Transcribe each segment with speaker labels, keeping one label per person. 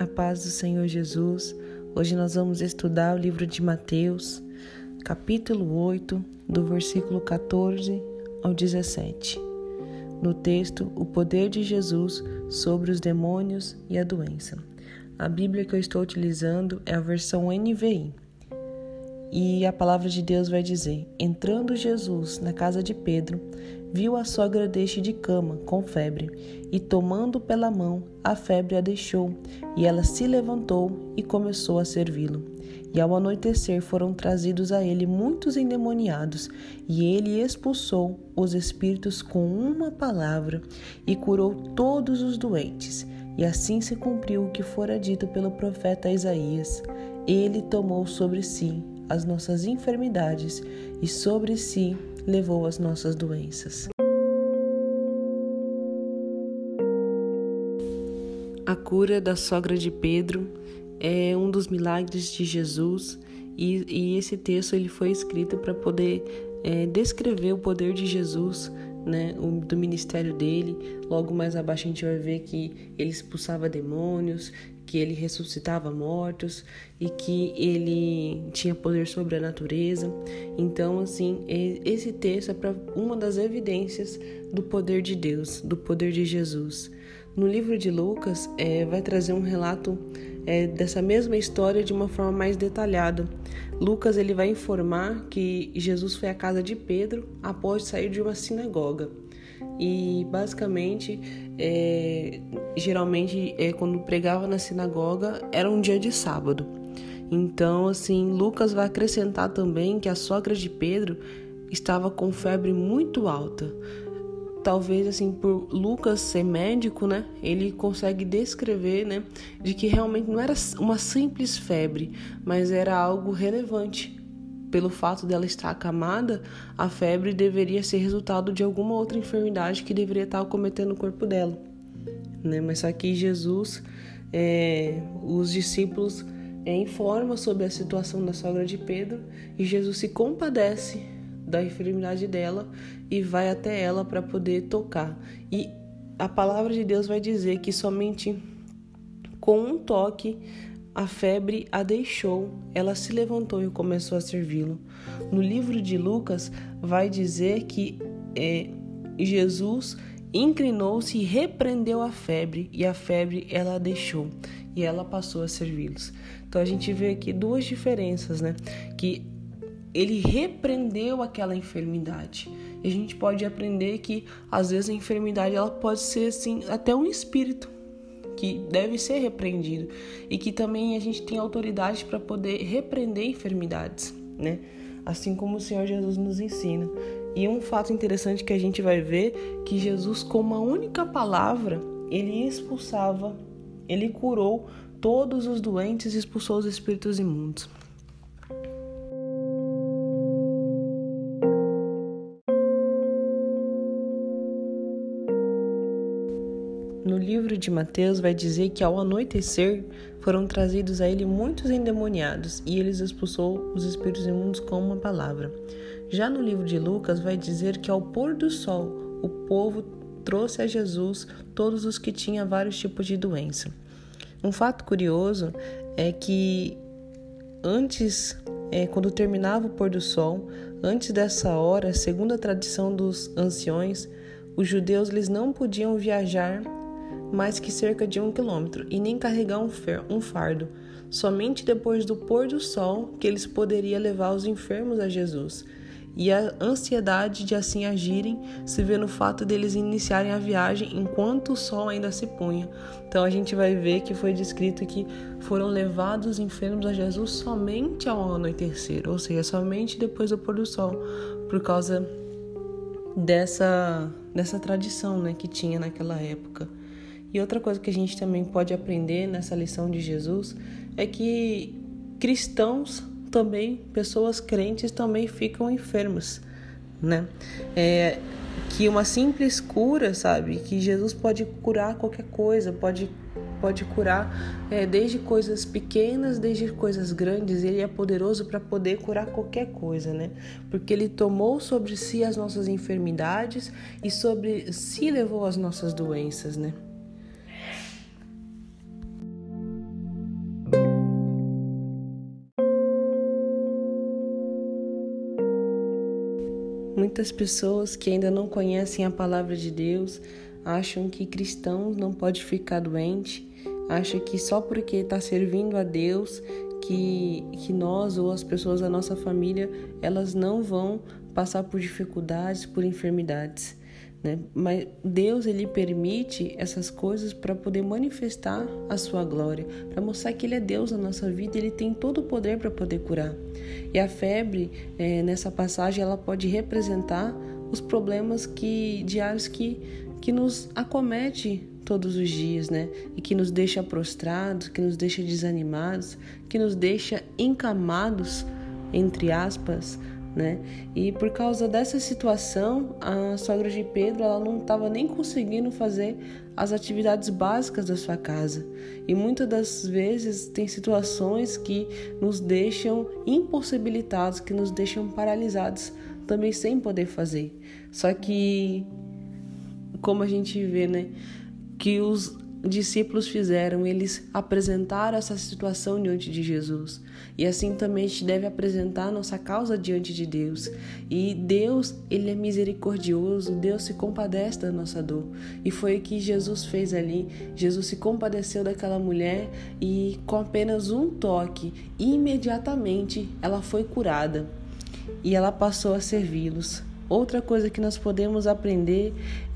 Speaker 1: A paz do Senhor Jesus. Hoje nós vamos estudar o livro de Mateus, capítulo 8, do versículo 14 ao 17. No texto, o poder de Jesus sobre os demônios e a doença. A Bíblia que eu estou utilizando é a versão NVI. E a palavra de Deus vai dizer: entrando Jesus na casa de Pedro, viu a sogra deste de cama, com febre, e tomando pela mão, a febre a deixou, e ela se levantou e começou a servi-lo. E ao anoitecer foram trazidos a ele muitos endemoniados, e ele expulsou os espíritos com uma palavra, e curou todos os doentes. E assim se cumpriu o que fora dito pelo profeta Isaías: ele tomou sobre si as nossas enfermidades e sobre si levou as nossas doenças. A cura da sogra de Pedro é um dos milagres de Jesus e esse texto ele foi escrito para poder descrever o poder de Jesus, né, do ministério dele. Logo mais abaixo a gente vai ver que ele expulsava demônios, que ele ressuscitava mortos e que ele tinha poder sobre a natureza. Então, assim, esse texto é para uma das evidências do poder de Deus, do poder de Jesus. No livro de Lucas, vai trazer um relato dessa mesma história de uma forma mais detalhada. Lucas ele vai informar que Jesus foi à casa de Pedro após sair de uma sinagoga. E basicamente, geralmente, quando pregava na sinagoga, era um dia de sábado. Então, assim, Lucas vai acrescentar também que a sogra de Pedro estava com febre muito alta. Talvez, assim, por Lucas ser médico, né, ele consegue descrever, né, de que realmente não era uma simples febre, mas era algo relevante. Pelo fato dela estar acamada, a febre deveria ser resultado de alguma outra enfermidade que deveria estar acometendo o corpo dela, né? Mas aqui Jesus, os discípulos informam sobre a situação da sogra de Pedro e Jesus se compadece da enfermidade dela e vai até ela para poder tocar. E a palavra de Deus vai dizer que somente com um toque a febre a deixou, ela se levantou e começou a servi-lo. No livro de Lucas vai dizer que Jesus inclinou-se e repreendeu a febre, e a febre ela a deixou e ela passou a servi-los. Então a gente vê aqui duas diferenças, né? Que ele repreendeu aquela enfermidade. E a gente pode aprender que às vezes a enfermidade ela pode ser assim, até um espírito que deve ser repreendido e que também a gente tem autoridade para poder repreender enfermidades, né? Assim como o Senhor Jesus nos ensina. E um fato interessante que a gente vai ver que Jesus, com uma única palavra, ele expulsava, ele curou todos os doentes e expulsou os espíritos imundos. No livro de Mateus vai dizer que ao anoitecer foram trazidos a ele muitos endemoniados e ele expulsou os espíritos imundos com uma palavra. Já no livro de Lucas vai dizer que ao pôr do sol o povo trouxe a Jesus todos os que tinham vários tipos de doença. Um fato curioso é que antes, quando terminava o pôr do sol, antes dessa hora, segundo a tradição dos anciões, os judeus eles não podiam viajar mais que cerca de 1 quilômetro e nem carregar um fardo. Somente depois do pôr do sol que eles poderiam levar os enfermos a Jesus. E a ansiedade de assim agirem se vê no fato deles iniciarem a viagem enquanto o sol ainda se punha. Então a gente vai ver que foi descrito que foram levados os enfermos a Jesus somente ao anoitecer, ou seja, somente depois do pôr do sol, por causa dessa tradição, né, que tinha naquela época. E outra coisa que a gente também pode aprender nessa lição de Jesus é que cristãos também, pessoas crentes também ficam enfermos, né? Que uma simples cura, sabe? Que Jesus pode curar qualquer coisa, pode curar desde coisas pequenas, desde coisas grandes. Ele é poderoso para poder curar qualquer coisa, né? Porque ele tomou sobre si as nossas enfermidades e sobre si levou as nossas doenças, né? muitas pessoas que ainda não conhecem a palavra de Deus acham que cristãos não pode ficar doente, acham que só porque está servindo a Deus que nós ou as pessoas da nossa família elas não vão passar por dificuldades, por enfermidades, né? Mas Deus ele permite essas coisas para poder manifestar a sua glória, para mostrar que Ele é Deus na nossa vida, Ele tem todo o poder para poder curar. E a febre, nessa passagem, ela pode representar os problemas diários que nos acomete todos os dias, né? E que nos deixa prostrados, que nos deixa desanimados, que nos deixa encamados, entre aspas, né? E por causa dessa situação, a sogra de Pedro ela não estava nem conseguindo fazer as atividades básicas da sua casa. E muitas das vezes tem situações que nos deixam impossibilitados, que nos deixam paralisados, também sem poder fazer. Só que, como a gente vê, né, que os discípulos fizeram, eles apresentaram essa situação diante de Jesus. E assim também a gente deve apresentar a nossa causa diante de Deus. E Deus, Ele é misericordioso, Deus se compadece da nossa dor. E foi o que Jesus fez ali. Jesus se compadeceu daquela mulher e com apenas um toque, imediatamente ela foi curada. E ela passou a servi-los. Outra coisa que nós podemos aprender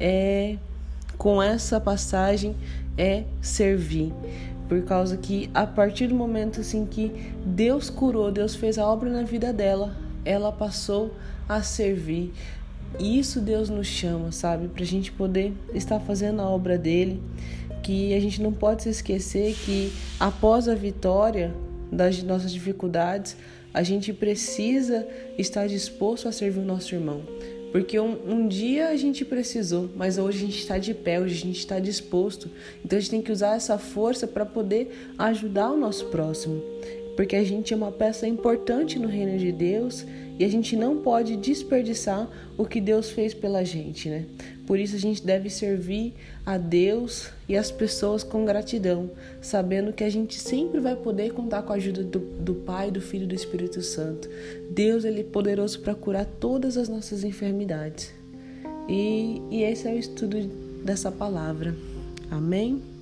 Speaker 1: com essa passagem é servir, por causa que a partir do momento assim que Deus curou, Deus fez a obra na vida dela, ela passou a servir. E isso Deus nos chama, sabe, pra gente poder estar fazendo a obra dele, que a gente não pode se esquecer que após a vitória das nossas dificuldades, a gente precisa estar disposto a servir o nosso irmão. Porque um dia a gente precisou, mas hoje a gente está de pé, hoje a gente está disposto. Então a gente tem que usar essa força para poder ajudar o nosso próximo. Porque a gente é uma peça importante no reino de Deus e a gente não pode desperdiçar o que Deus fez pela gente, né? Por isso a gente deve servir a Deus e as pessoas com gratidão, sabendo que a gente sempre vai poder contar com a ajuda do Pai, do Filho e do Espírito Santo. Deus, Ele é poderoso para curar todas as nossas enfermidades. E esse é o estudo dessa palavra. Amém?